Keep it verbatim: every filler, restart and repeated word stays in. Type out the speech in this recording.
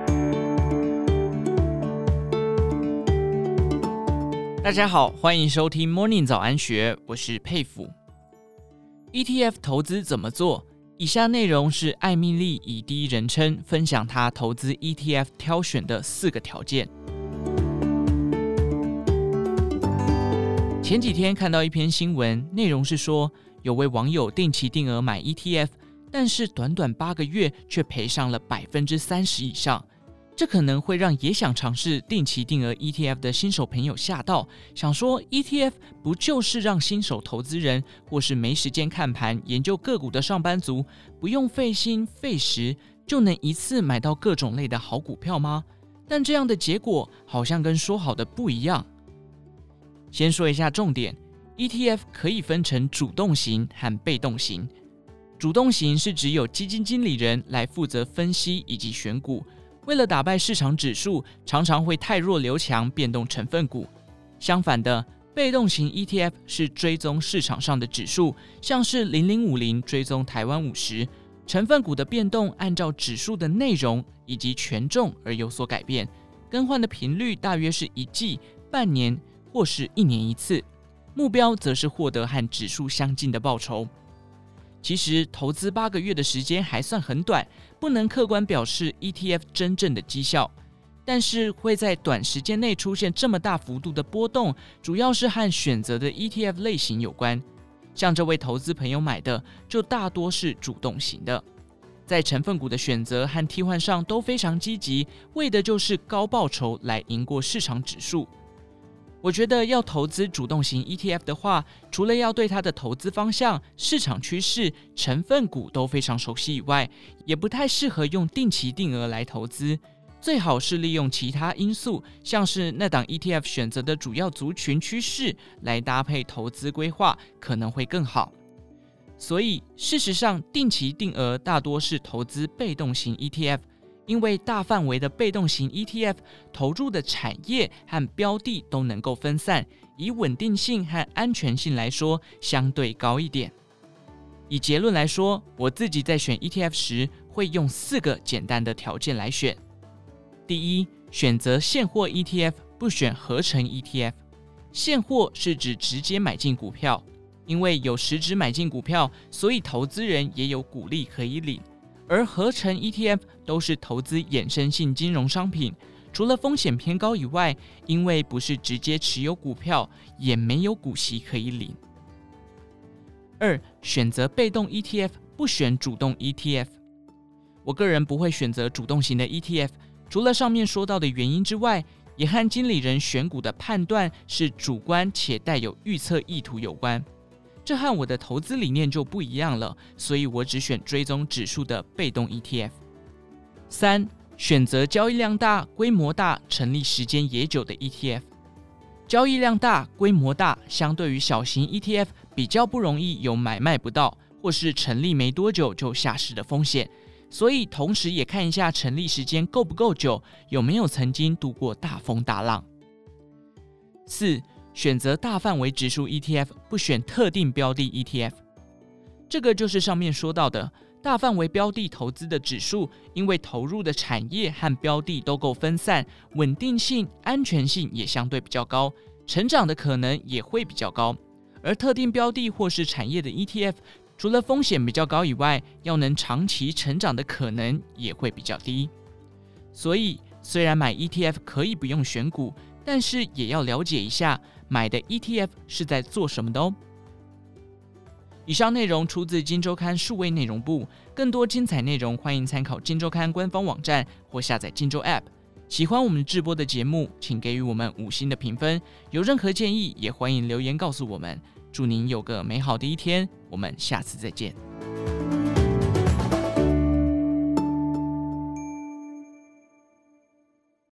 大家好，欢迎收听 Morning 早安学，我是佩服。E T F 投资怎么做？以下内容是艾蜜莉以第一人称分享她投资 E T F 挑选的四个条件。前几天看到一篇新闻，内容是说有位网友定期定额买 E T F， 但是短短八个月却赔上了 百分之三十 以上。这可能会让也想尝试定期定额 E T F 的新手朋友吓到，想说 E T F 不就是让新手投资人或是没时间看盘研究个股的上班族不用费心费时就能一次买到各种类的好股票吗？但这样的结果好像跟说好的不一样。先说一下重点， E T F 可以分成主动型和被动型。主动型是指有基金经理人来负责分析以及选股，为了打败市场指数，常常会汰弱留强，变动成分股。相反的，被动型 E T F 是追踪市场上的指数，像是零零五零追踪台湾五十，成分股的变动按照指数的内容以及权重而有所改变，更换的频率大约是一季、半年或是一年一次，目标则是获得和指数相近的报酬。其实投资八个月的时间还算很短，不能客观表示 E T F 真正的绩效，但是会在短时间内出现这么大幅度的波动，主要是和选择的 E T F 类型有关。像这位投资朋友买的就大多是主动型的，在成分股的选择和替换上都非常积极，为的就是高报酬来赢过市场指数。我觉得要投资主动型 E T F 的话，除了要对它的投资方向、市场趋势、成分股都非常熟悉以外，也不太适合用定期定额来投资，最好是利用其他因素，像是那档 E T F 选择的主要族群趋势来搭配投资规划，可能会更好。所以事实上，定期定额大多是投资被动型 E T F，因为大范围的被动型 E T F 投入的产业和标的都能够分散，以稳定性和安全性来说相对高一点。以结论来说，我自己在选 E T F 时会用四个简单的条件来选。第一，选择现货 E T F， 不选合成 E T F。 现货是指直接买进股票，因为有实质买进股票，所以投资人也有股利可以领。而合成 E T F 都是投资衍生性金融商品，除了风险偏高以外，因为不是直接持有股票，也没有股息可以领。二，选择被动 E T F， 不选主动 E T F。 我个人不会选择主动型的 E T F， 除了上面说到的原因之外，也和经理人选股的判断是主观且带有预测意图有关。这和我的投资理念就不一样了，所以我只选追踪指数的被动 E T F。 三，选择交易量大、规模大、成立时间也久的 E T F。 交易量大、规模大，相对于小型 E T F 比较不容易有买卖不到或是成立没多久就下市的风险，所以同时也看一下成立时间够不够久，有没有曾经度过大风大浪。四，选择大范围指数 E T F， 不选特定标的 E T F。 这个就是上面说到的大范围标的投资的指数，因为投入的产业和标的都够分散，稳定性、安全性也相对比较高，成长的可能也会比较高。而特定标的或是产业的 E T F， 除了风险比较高以外，要能长期成长的可能也会比较低。所以虽然买 E T F 可以不用选股，但是也要了解一下买的 E T F 是在做什么的哦。以上内容出自今周刊数位内容部，更多精彩内容欢迎参考今周刊官方网站或下载今周 App。 喜欢我们直播的节目，请给予我们五星的评分，有任何建议也欢迎留言告诉我们。祝您有个美好的一天，我们下次再见。